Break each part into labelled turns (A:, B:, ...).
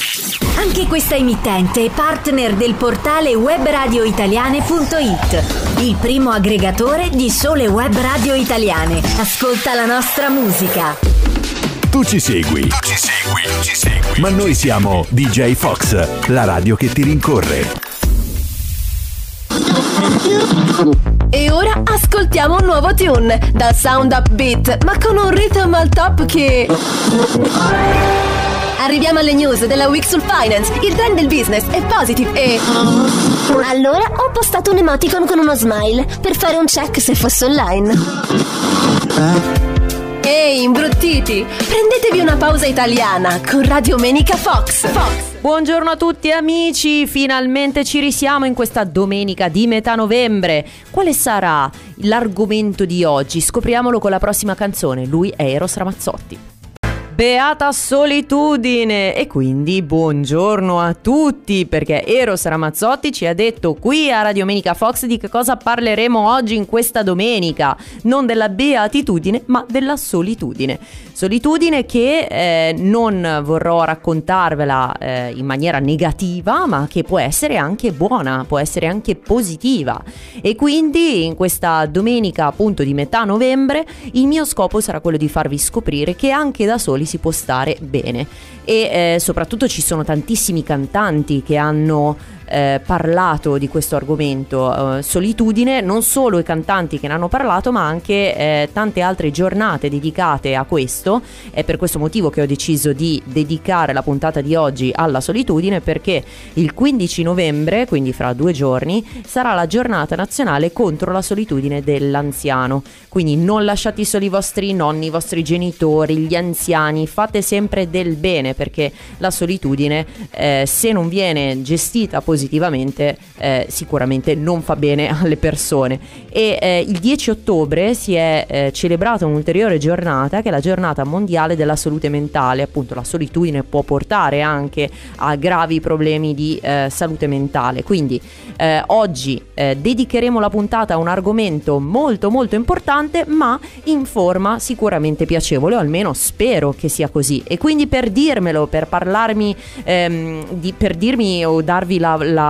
A: Anche questa emittente è partner del portale webradioitaliane.it, il primo aggregatore di sole web radio italiane. Ascolta la nostra musica.
B: Tu ci segui. Ma noi siamo DJ Fox, la radio che ti rincorre.
C: E ora ascoltiamo un nuovo tune dal sound upbeat, ma con un rhythm al top che... Arriviamo alle news della week sul finance. Il trend del business è positive e...
D: Allora ho postato un emoticon con uno smile per fare un check se fosse online.
C: Ehi, imbruttiti! Prendetevi una pausa italiana con Radio Menica Fox.
E: Buongiorno a tutti amici, finalmente ci risiamo in questa domenica di metà novembre. Quale sarà l'argomento di oggi? Scopriamolo con la prossima canzone. Lui è Eros Ramazzotti. Beata solitudine! E quindi buongiorno a tutti, perché Eros Ramazzotti ci ha detto qui a Radio Menica Fox di che cosa parleremo oggi in questa domenica. Non della beatitudine, ma della solitudine. Solitudine che non vorrò raccontarvela in maniera negativa, ma che può essere anche buona, può essere anche positiva. E quindi in questa domenica appunto di metà novembre il mio scopo sarà quello di farvi scoprire che anche da soli si può stare bene. E soprattutto ci sono tantissimi cantanti che hanno parlato di questo argomento, solitudine. Non solo i cantanti che ne hanno parlato, ma anche tante altre giornate dedicate a questo. È per questo motivo che ho deciso di dedicare la puntata di oggi alla solitudine, perché il 15 novembre, quindi fra 2 giorni, sarà la giornata nazionale contro la solitudine dell'anziano. Quindi non lasciate soli i vostri nonni, i vostri genitori, gli anziani, fate sempre del bene, perché la solitudine se non viene gestita positivamente sicuramente non fa bene alle persone. E il 10 ottobre si è celebrata un'ulteriore giornata, che è la giornata mondiale della salute mentale. Appunto, la solitudine può portare anche a gravi problemi di salute mentale. Quindi oggi dedicheremo la puntata a un argomento molto molto importante, ma in forma sicuramente piacevole, o almeno spero che sia così. E quindi per dirmelo, per parlarmi per dirmi o darmi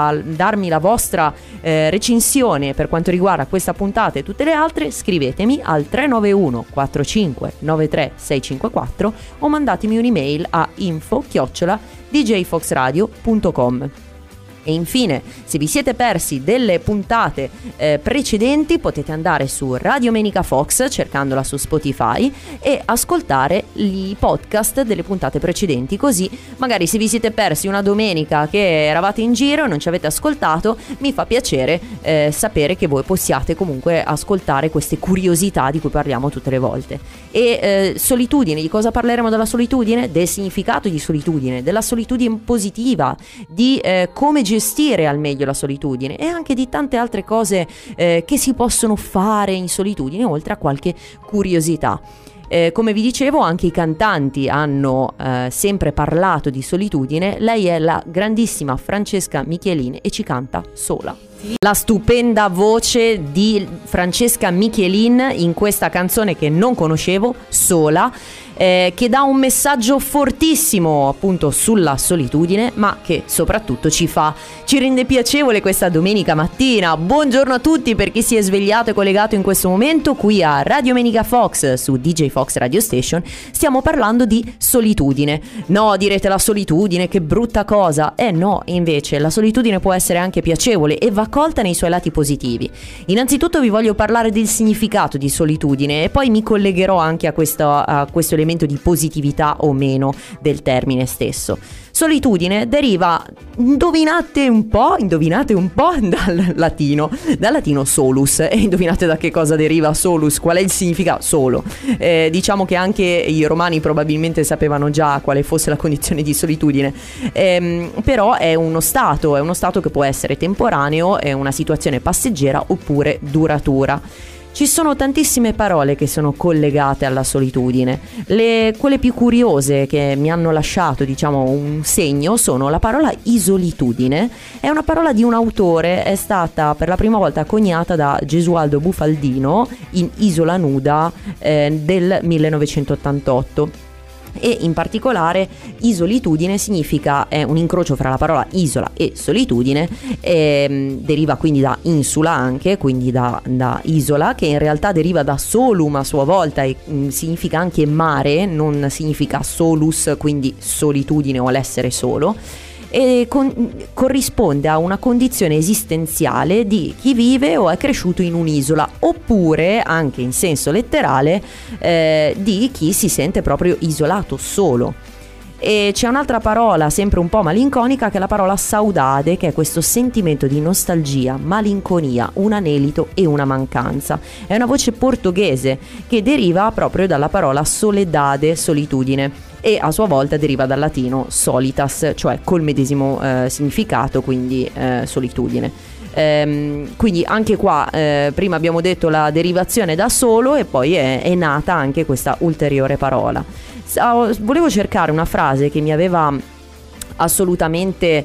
E: la vostra recensione per quanto riguarda questa puntata e tutte le altre, scrivetemi al 391 45 93 654 o mandatemi un'email a info@djfoxradio.com. E infine, se vi siete persi delle puntate precedenti, potete andare su Radio Menica Fox cercandola su Spotify e ascoltare i podcast delle puntate precedenti, così magari se vi siete persi una domenica che eravate in giro e non ci avete ascoltato, mi fa piacere sapere che voi possiate comunque ascoltare queste curiosità di cui parliamo tutte le volte. E solitudine, di cosa parleremo della solitudine? Del significato di solitudine, della solitudine positiva, di come gestire al meglio la solitudine e anche di tante altre cose che si possono fare in solitudine, oltre a qualche curiosità. Come vi dicevo, anche i cantanti hanno sempre parlato di solitudine. Lei è la grandissima Francesca Michelin e ci canta Sola. La stupenda voce di Francesca Michelin in questa canzone che non conoscevo, Sola, che dà un messaggio fortissimo appunto sulla solitudine, ma che soprattutto ci rende piacevole questa domenica mattina. Buongiorno a tutti, per chi si è svegliato e collegato in questo momento qui a Radio Menica Fox su DJ Fox Radio Station. Stiamo parlando di solitudine. No, direte, la solitudine che brutta cosa. No, invece la solitudine può essere anche piacevole e va colta nei suoi lati positivi. Innanzitutto vi voglio parlare del significato di solitudine e poi mi collegherò anche a questo elemento di positività o meno del termine stesso. Solitudine deriva, indovinate un po' dal latino solus. E indovinate da che cosa deriva solus? Qual è il significato? Solo. Diciamo che anche i romani probabilmente sapevano già quale fosse la condizione di solitudine, però è uno stato che può essere temporaneo, è una situazione passeggera oppure duratura. Ci sono tantissime parole che sono collegate alla solitudine. Quelle più curiose che mi hanno lasciato, un segno, sono la parola isolitudine. È una parola di un autore, è stata per la prima volta coniata da Gesualdo Bufaldino in Isola nuda del 1988. E in particolare isolitudine è un incrocio fra la parola isola e solitudine, deriva quindi da insula anche, quindi da isola, che in realtà deriva da solum a sua volta e significa anche mare, non significa solus, quindi solitudine o l'essere solo, e corrisponde a una condizione esistenziale di chi vive o è cresciuto in un'isola, oppure anche in senso letterale di chi si sente proprio isolato, solo. E c'è un'altra parola sempre un po' malinconica, che è la parola saudade, che è questo sentimento di nostalgia, malinconia, un anelito e una mancanza. È una voce portoghese che deriva proprio dalla parola soledade, solitudine, e a sua volta deriva dal latino solitas, cioè col medesimo significato, quindi solitudine. Quindi anche qua prima abbiamo detto la derivazione da solo, e poi è nata anche questa ulteriore parola. Volevo cercare una frase che mi aveva assolutamente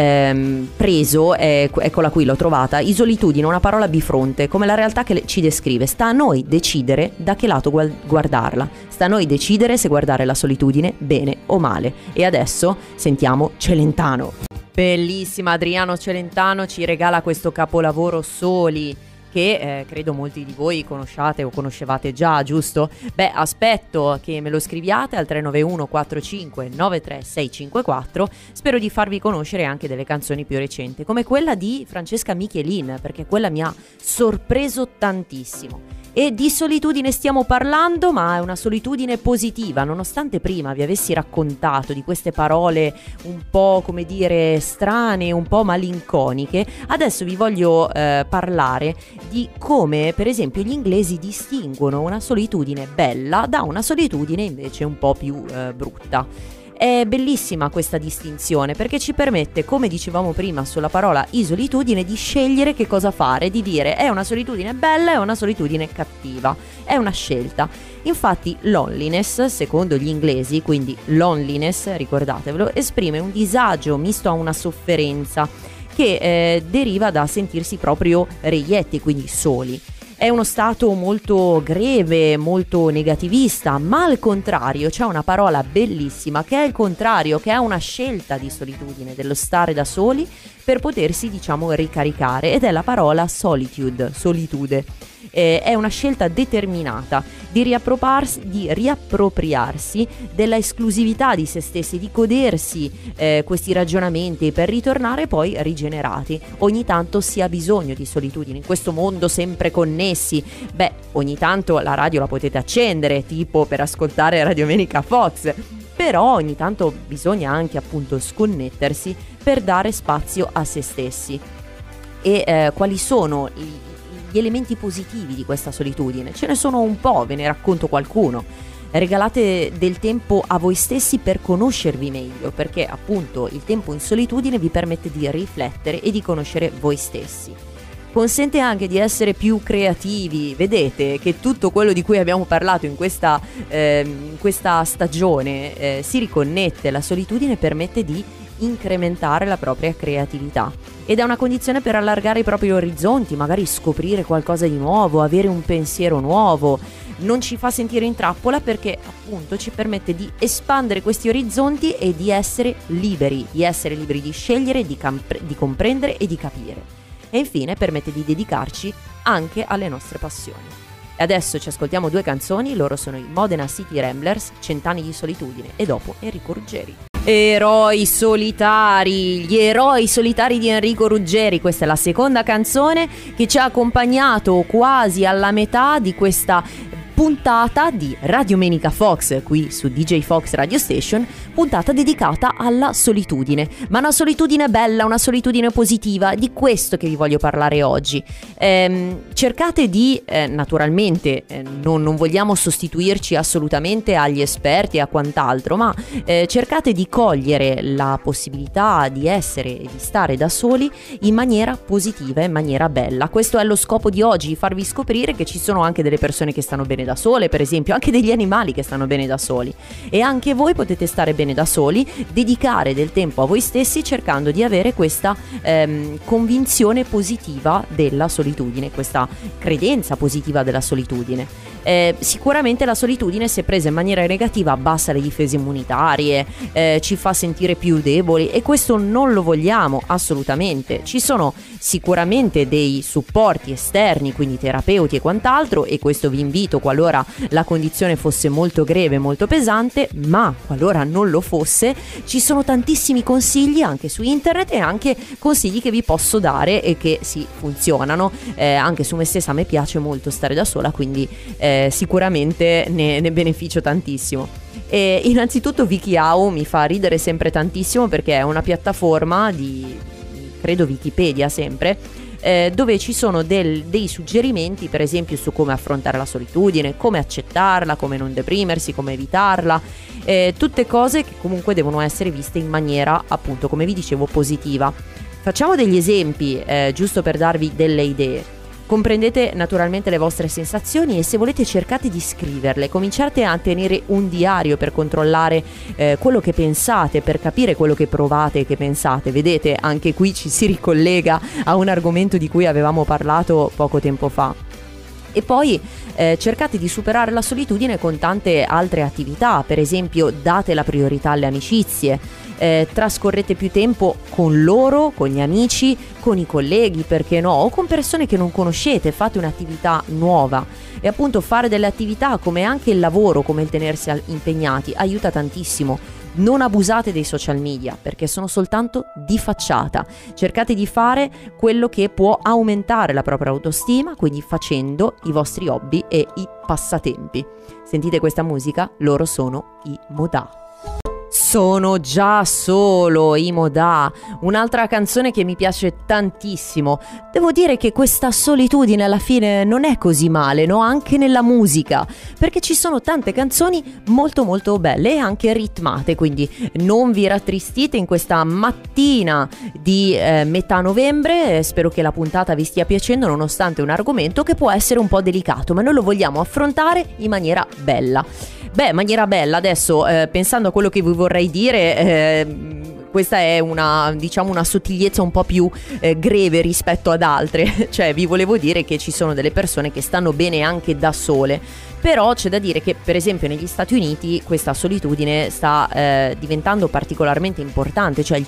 E: preso, eccola qui, l'ho trovata. Isolitudine, una parola bifronte, come la realtà che ci descrive. Sta a noi decidere da che lato guardarla, sta a noi decidere se guardare la solitudine bene o male. E adesso sentiamo Celentano. Bellissima, Adriano Celentano ci regala questo capolavoro Soli, che credo molti di voi conosciate o conoscevate già, giusto? Beh, aspetto che me lo scriviate al 391 45 93 654. Spero di farvi conoscere anche delle canzoni più recenti, come quella di Francesca Michelin, perché quella mi ha sorpreso tantissimo. E di solitudine stiamo parlando, ma è una solitudine positiva, nonostante prima vi avessi raccontato di queste parole un po', come dire, strane, un po' malinconiche. Adesso vi voglio parlare di come, per esempio, gli inglesi distinguono una solitudine bella da una solitudine invece un po' più brutta. È bellissima questa distinzione, perché ci permette, come dicevamo prima sulla parola isolitudine, di scegliere che cosa fare, di dire è una solitudine bella, è una solitudine cattiva, è una scelta. Infatti loneliness, secondo gli inglesi, quindi loneliness, ricordatevelo, esprime un disagio misto a una sofferenza che deriva da sentirsi proprio reietti, quindi soli. È uno stato molto greve, molto negativista, ma al contrario c'è una parola bellissima che è il contrario, che è una scelta di solitudine, dello stare da soli per potersi, diciamo, ricaricare, ed è la parola solitude, solitude. È una scelta determinata di riappropriarsi della esclusività di se stessi, di godersi questi ragionamenti per ritornare poi rigenerati. Ogni tanto si ha bisogno di solitudine in questo mondo sempre connessi. Beh, ogni tanto la radio la potete accendere, tipo per ascoltare Radiomenica Fox, però ogni tanto bisogna anche appunto sconnettersi per dare spazio a se stessi. E quali sono gli elementi positivi di questa solitudine? Ce ne sono un po', ve ne racconto qualcuno. Regalate del tempo a voi stessi per conoscervi meglio, perché appunto il tempo in solitudine vi permette di riflettere e di conoscere voi stessi. Consente anche di essere più creativi. Vedete che tutto quello di cui abbiamo parlato in questa stagione si riconnette. La solitudine permette di incrementare la propria creatività ed è una condizione per allargare i propri orizzonti, magari scoprire qualcosa di nuovo, avere un pensiero nuovo. Non ci fa sentire in trappola, perché appunto ci permette di espandere questi orizzonti e di essere liberi di scegliere, di comprendere e di capire. E infine permette di dedicarci anche alle nostre passioni. E adesso ci ascoltiamo due canzoni, loro sono i Modena City Ramblers, Cent'anni di solitudine, e dopo Enrico Ruggeri. Eroi solitari, gli eroi solitari di Enrico Ruggeri. Questa è la seconda canzone che ci ha accompagnato quasi alla metà di questa puntata di Radiomenica Fox qui su DJ Fox Radio Station, puntata dedicata alla solitudine, ma una solitudine bella, una solitudine positiva. Di questo che vi voglio parlare oggi. Cercate di naturalmente non vogliamo sostituirci assolutamente agli esperti e a quant'altro, ma cercate di cogliere la possibilità di essere e di stare da soli in maniera positiva, in maniera bella. Questo è lo scopo di oggi, farvi scoprire che ci sono anche delle persone che stanno bene da sole, per esempio anche degli animali che stanno bene da soli, e anche voi potete stare bene da soli, dedicare del tempo a voi stessi cercando di avere questa convinzione positiva della solitudine, questa credenza positiva della solitudine. Sicuramente la solitudine, se presa in maniera negativa, abbassa le difese immunitarie, ci fa sentire più deboli, e questo non lo vogliamo assolutamente. Ci sono sicuramente dei supporti esterni, quindi terapeuti e quant'altro, e questo vi invito qualora la condizione fosse molto greve, molto pesante. Ma qualora non lo fosse, ci sono tantissimi consigli anche su internet, e anche consigli che vi posso dare e che sì, funzionano. Anche su me stessa, a me piace molto stare da sola, quindi sicuramente ne beneficio tantissimo. E innanzitutto WikiHow mi fa ridere sempre tantissimo, perché è una piattaforma di, credo, Wikipedia sempre, dove ci sono dei suggerimenti, per esempio, su come affrontare la solitudine, come accettarla, come non deprimersi, come evitarla, tutte cose che comunque devono essere viste in maniera, appunto, come vi dicevo, positiva. Facciamo degli esempi, giusto per darvi delle idee. Comprendete naturalmente le vostre sensazioni, e se volete cercate di scriverle, cominciate a tenere un diario per controllare quello che pensate, per capire quello che provate e che pensate. Vedete, anche qui ci si ricollega a un argomento di cui avevamo parlato poco tempo fa. E poi cercate di superare la solitudine con tante altre attività. Per esempio, date la priorità alle amicizie, trascorrete più tempo con loro, con gli amici, con i colleghi, perché no, o con persone che non conoscete. Fate un'attività nuova. E appunto fare delle attività, come anche il lavoro, come il tenersi impegnati, aiuta tantissimo. Non abusate dei social media, perché sono soltanto di facciata. Cercate di fare quello che può aumentare la propria autostima, quindi facendo i vostri hobby e i passatempi. Sentite questa musica? Loro sono i Modà. Sono già solo, i Modà, un'altra canzone che mi piace tantissimo. Devo dire che questa solitudine alla fine non è così male, no? Anche nella musica, perché ci sono tante canzoni molto molto belle e anche ritmate, quindi non vi rattristite in questa mattina di metà novembre. Spero che la puntata vi stia piacendo, nonostante un argomento che può essere un po' delicato, ma noi lo vogliamo affrontare in maniera bella. Beh, maniera bella, adesso pensando a quello che vi vorrei dire, questa è una sottigliezza un po' più greve rispetto ad altre. Cioè, vi volevo dire che ci sono delle persone che stanno bene anche da sole, però c'è da dire che, per esempio, negli Stati Uniti questa solitudine sta diventando particolarmente importante, cioè il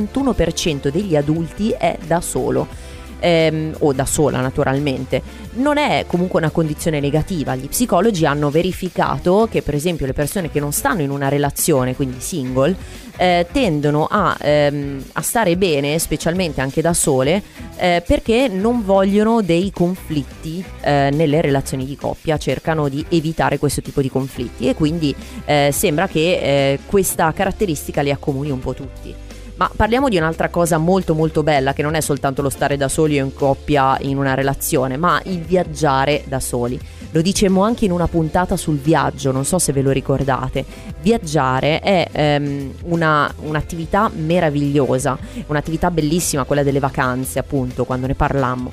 E: 51% degli adulti è da solo. O da sola, naturalmente. Non è comunque una condizione negativa. Gli psicologi hanno verificato che, per esempio, le persone che non stanno in una relazione, quindi single, tendono a stare bene, specialmente anche da sole, perché non vogliono dei conflitti nelle relazioni di coppia, cercano di evitare questo tipo di conflitti, e quindi sembra che questa caratteristica li accomuni un po' tutti. Ma parliamo di un'altra cosa molto molto bella, che non è soltanto lo stare da soli o in coppia in una relazione, ma il viaggiare da soli. Lo dicemmo anche in una puntata sul viaggio, non so se ve lo ricordate. Viaggiare è un'attività meravigliosa, un'attività bellissima, quella delle vacanze, appunto, quando ne parlammo.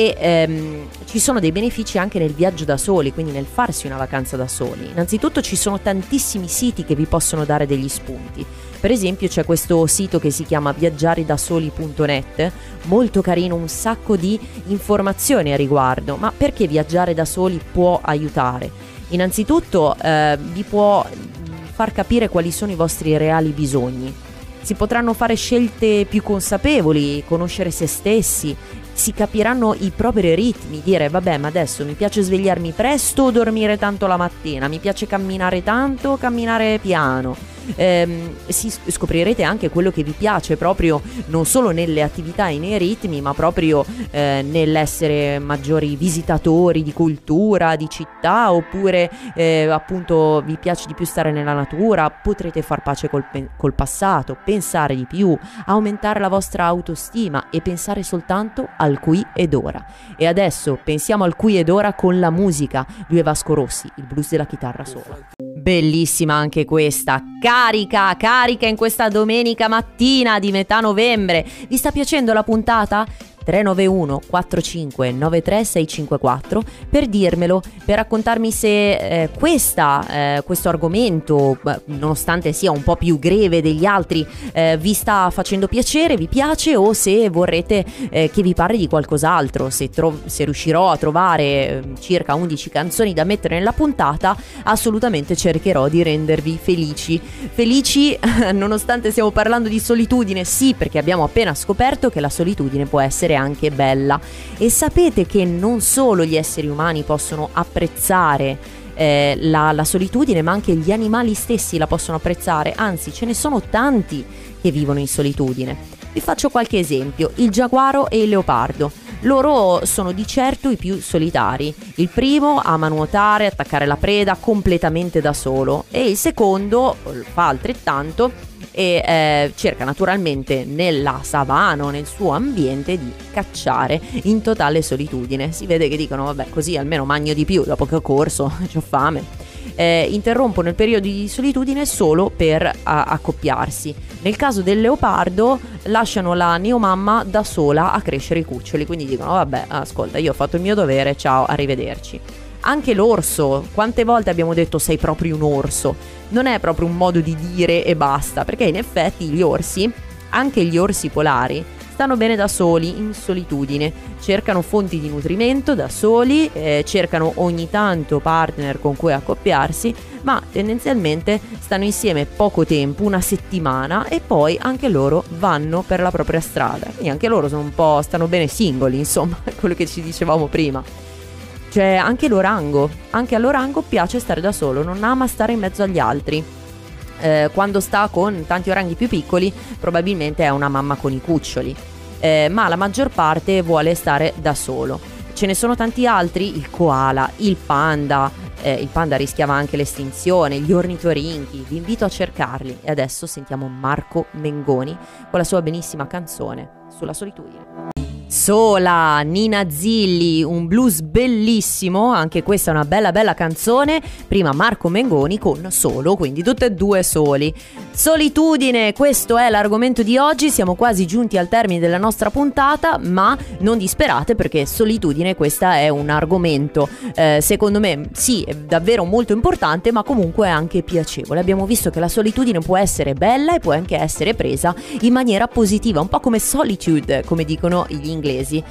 E: E ci sono dei benefici anche nel viaggio da soli, quindi nel farsi una vacanza da soli. Innanzitutto ci sono tantissimi siti che vi possono dare degli spunti. Per esempio c'è questo sito che si chiama viaggiaredasoli.net, molto carino, un sacco di informazioni a riguardo. Ma perché viaggiare da soli può aiutare? Innanzitutto vi può far capire quali sono i vostri reali bisogni. Si potranno fare scelte più consapevoli, conoscere se stessi, si capiranno i propri ritmi, dire vabbè, ma adesso mi piace svegliarmi presto o dormire tanto la mattina, mi piace camminare tanto o camminare piano. Scoprirete anche quello che vi piace, proprio non solo nelle attività e nei ritmi, ma proprio nell'essere maggiori visitatori di cultura, di città, oppure appunto vi piace di più stare nella natura. Potrete far pace col passato, pensare di più, aumentare la vostra autostima e pensare soltanto al qui ed ora. E adesso pensiamo al qui ed ora con la musica. Lui è Vasco Rossi, il blues della chitarra sola. Bellissima anche questa, carica in questa domenica mattina di metà novembre. Vi sta piacendo la puntata? 391 45 93 654 per dirmelo, per raccontarmi se questo argomento, nonostante sia un po' più greve degli altri, vi sta facendo piacere, vi piace, o se vorrete che vi parli di qualcos'altro. Se riuscirò a trovare circa 11 canzoni da mettere nella puntata, assolutamente cercherò di rendervi felici nonostante stiamo parlando di solitudine. Sì, perché abbiamo appena scoperto che la solitudine può essere anche bella. E sapete che non solo gli esseri umani possono apprezzare la solitudine, ma anche gli animali stessi la possono apprezzare, anzi ce ne sono tanti che vivono in solitudine. Vi faccio qualche esempio: il giaguaro e il leopardo. Loro sono di certo i più solitari. Il primo ama nuotare, attaccare la preda completamente da solo, e il secondo fa altrettanto e cerca naturalmente nella savana o nel suo ambiente di cacciare in totale solitudine. Si vede che dicono: vabbè, così almeno mangio di più dopo che ho corso, c'ho fame. Interrompono il periodo di solitudine solo per accoppiarsi. Nel caso del leopardo lasciano la neomamma da sola a crescere i cuccioli, quindi dicono: vabbè, ascolta, io ho fatto il mio dovere, ciao, arrivederci. Anche l'orso, quante volte abbiamo detto sei proprio un orso? Non è proprio un modo di dire e basta, perché in effetti gli orsi, anche gli orsi polari, stanno bene da soli, in solitudine, cercano fonti di nutrimento da soli, cercano ogni tanto partner con cui accoppiarsi, ma tendenzialmente stanno insieme poco tempo, una settimana, e poi anche loro vanno per la propria strada. Quindi anche loro stanno bene singoli, insomma, quello che ci dicevamo prima. Cioè anche all'orango piace stare da solo, non ama stare in mezzo agli altri. Quando sta con tanti oranghi più piccoli probabilmente è una mamma con i cuccioli, ma la maggior parte vuole stare da solo. Ce ne sono tanti altri: il koala, il panda rischiava anche l'estinzione, gli ornitorinchi. Vi invito a cercarli. E adesso sentiamo Marco Mengoni con la sua benissima canzone sulla solitudine. Sola, Nina Zilli, un blues bellissimo, anche questa è una bella canzone. Prima Marco Mengoni con Solo, quindi tutte e due soli. Solitudine, questo è l'argomento di oggi. Siamo quasi giunti al termine della nostra puntata, ma non disperate, perché solitudine, questa è un argomento secondo me sì, è davvero molto importante, ma comunque è anche piacevole. Abbiamo visto che la solitudine può essere bella e può anche essere presa in maniera positiva, un po' come solitude, come dicono gli inglesi.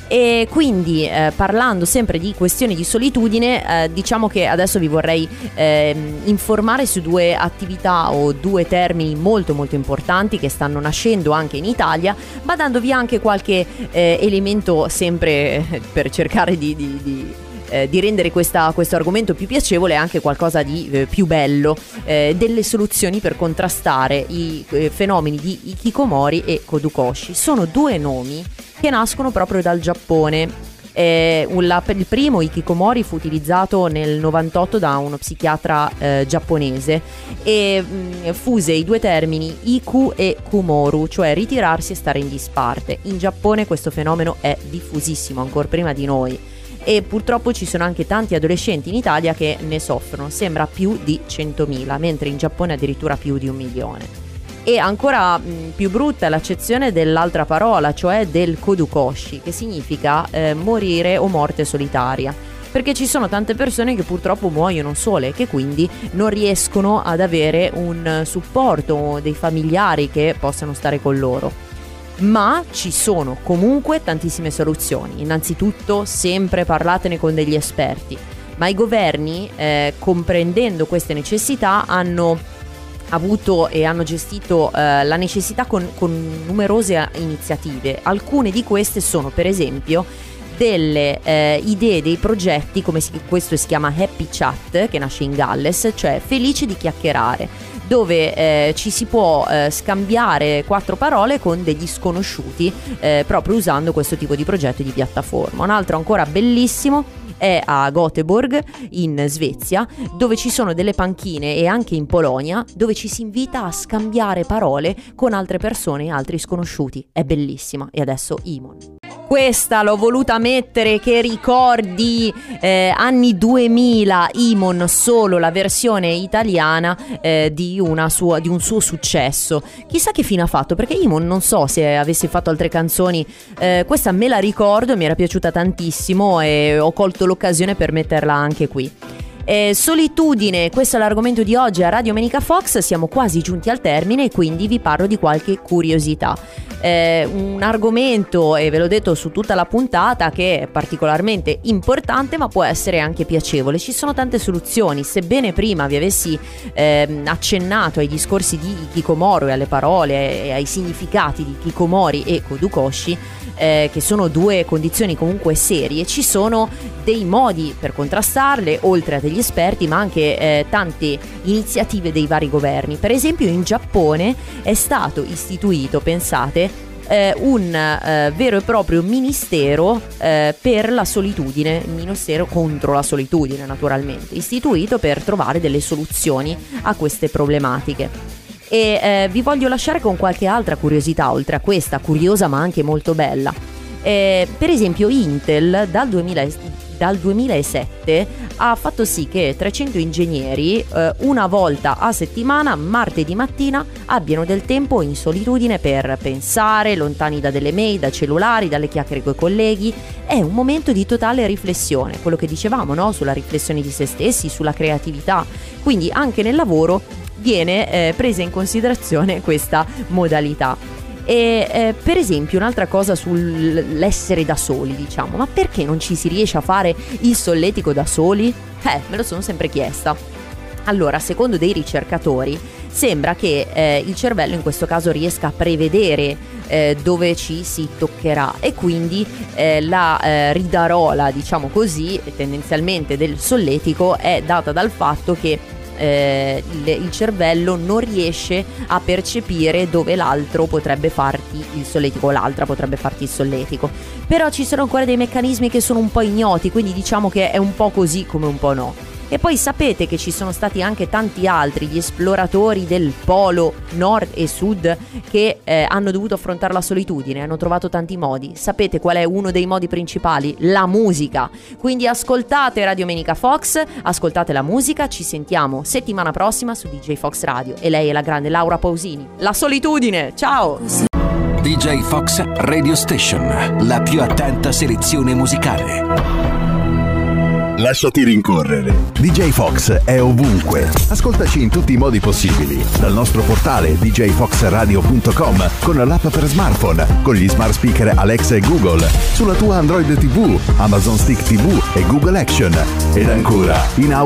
E: E quindi parlando sempre di questioni di solitudine, diciamo che adesso vi vorrei informare su due attività o due termini molto importanti che stanno nascendo anche in Italia, ma dandovi anche qualche elemento sempre per cercare di rendere questo argomento più piacevole, anche qualcosa di più bello, delle soluzioni per contrastare i fenomeni di hikikomori e kodukoshi. Sono due nomi che nascono proprio dal Giappone. Il primo, hikikomori, fu utilizzato nel 98 da uno psichiatra giapponese e fuse i due termini iku e kumoru, cioè ritirarsi e stare in disparte. In Giappone questo fenomeno è diffusissimo, ancora prima di noi, e purtroppo ci sono anche tanti adolescenti in Italia che ne soffrono. Sembra più di 100.000, mentre in Giappone addirittura più di 1 milione. E ancora più brutta è l'accezione dell'altra parola, cioè del kodukoshi, che significa morire o morte solitaria, perché ci sono tante persone che purtroppo muoiono sole, che quindi non riescono ad avere un supporto, dei familiari che possano stare con loro. Ma ci sono comunque tantissime soluzioni. Innanzitutto sempre parlatene con degli esperti, ma i governi, comprendendo queste necessità, hanno avuto e hanno gestito la necessità con numerose iniziative. Alcune di queste sono, per esempio, delle idee, dei progetti, questo si chiama Happy Chat, che nasce in Galles, cioè felici di chiacchierare, dove ci si può scambiare 4 parole con degli sconosciuti, proprio usando questo tipo di progetto di piattaforma. Un altro ancora bellissimo è a Göteborg in Svezia, dove ci sono delle panchine, e anche in Polonia, dove ci si invita a scambiare parole con altre persone e altri sconosciuti. È bellissima. E adesso Imon. Questa l'ho voluta mettere che ricordi anni 2000, Imon, solo la versione italiana di un suo successo. Chissà che fine ha fatto, perché Imon non so se avesse fatto altre canzoni, questa me la ricordo, mi era piaciuta tantissimo e ho colto l'occasione per metterla anche qui. Solitudine, questo è l'argomento di oggi a Radio Menica Fox, siamo quasi giunti al termine e quindi vi parlo di qualche curiosità. Un argomento, e ve l'ho detto su tutta la puntata, che è particolarmente importante ma può essere anche piacevole. Ci sono tante soluzioni, sebbene prima vi avessi accennato ai discorsi di Hikikomoro e alle parole e ai significati di Hikikomori e Kodukoshi, che sono due condizioni comunque serie, ci sono dei modi per contrastarle, oltre a degli esperti, ma anche tante iniziative dei vari governi. Per esempio in Giappone è stato istituito, pensate, un vero e proprio ministero per la solitudine, ministero contro la solitudine naturalmente, istituito per trovare delle soluzioni a queste problematiche. E vi voglio lasciare con qualche altra curiosità, oltre a questa curiosa ma anche molto bella. Per esempio Intel dal 2007 ha fatto sì che 300 ingegneri una volta a settimana, martedì mattina, abbiano del tempo in solitudine per pensare, lontani da delle mail, da cellulari, dalle chiacchiere coi colleghi. È un momento di totale riflessione, quello che dicevamo, no? Sulla riflessione di se stessi, sulla creatività. Quindi anche nel lavoro viene presa in considerazione questa modalità. E per esempio un'altra cosa sull'essere da soli, diciamo, ma perché non ci si riesce a fare il solletico da soli? Me lo sono sempre chiesta. Allora, secondo dei ricercatori, sembra che il cervello in questo caso riesca a prevedere dove ci si toccherà, e quindi la ridarola, diciamo così, tendenzialmente del solletico è data dal fatto che il cervello non riesce a percepire dove l'altro potrebbe farti il solletico, l'altra potrebbe farti il solletico. Però ci sono ancora dei meccanismi che sono un po' ignoti, quindi diciamo che è un po' così come un po' no. E poi sapete che ci sono stati anche tanti altri, gli esploratori del polo nord e sud, che hanno dovuto affrontare la solitudine, hanno trovato tanti modi. Sapete qual è uno dei modi principali? La musica. Quindi ascoltate Radio Menica Fox, ascoltate la musica, ci sentiamo settimana prossima su DJ Fox Radio. E lei è la grande Laura Pausini. La solitudine, ciao!
B: DJ Fox Radio Station, la più attenta selezione musicale. Lasciati rincorrere. DJ Fox è ovunque. Ascoltaci in tutti i modi possibili. Dal nostro portale djfoxradio.com, con l'app per smartphone, con gli smart speaker Alexa e Google, sulla tua Android TV, Amazon Stick TV e Google Action. Ed ancora in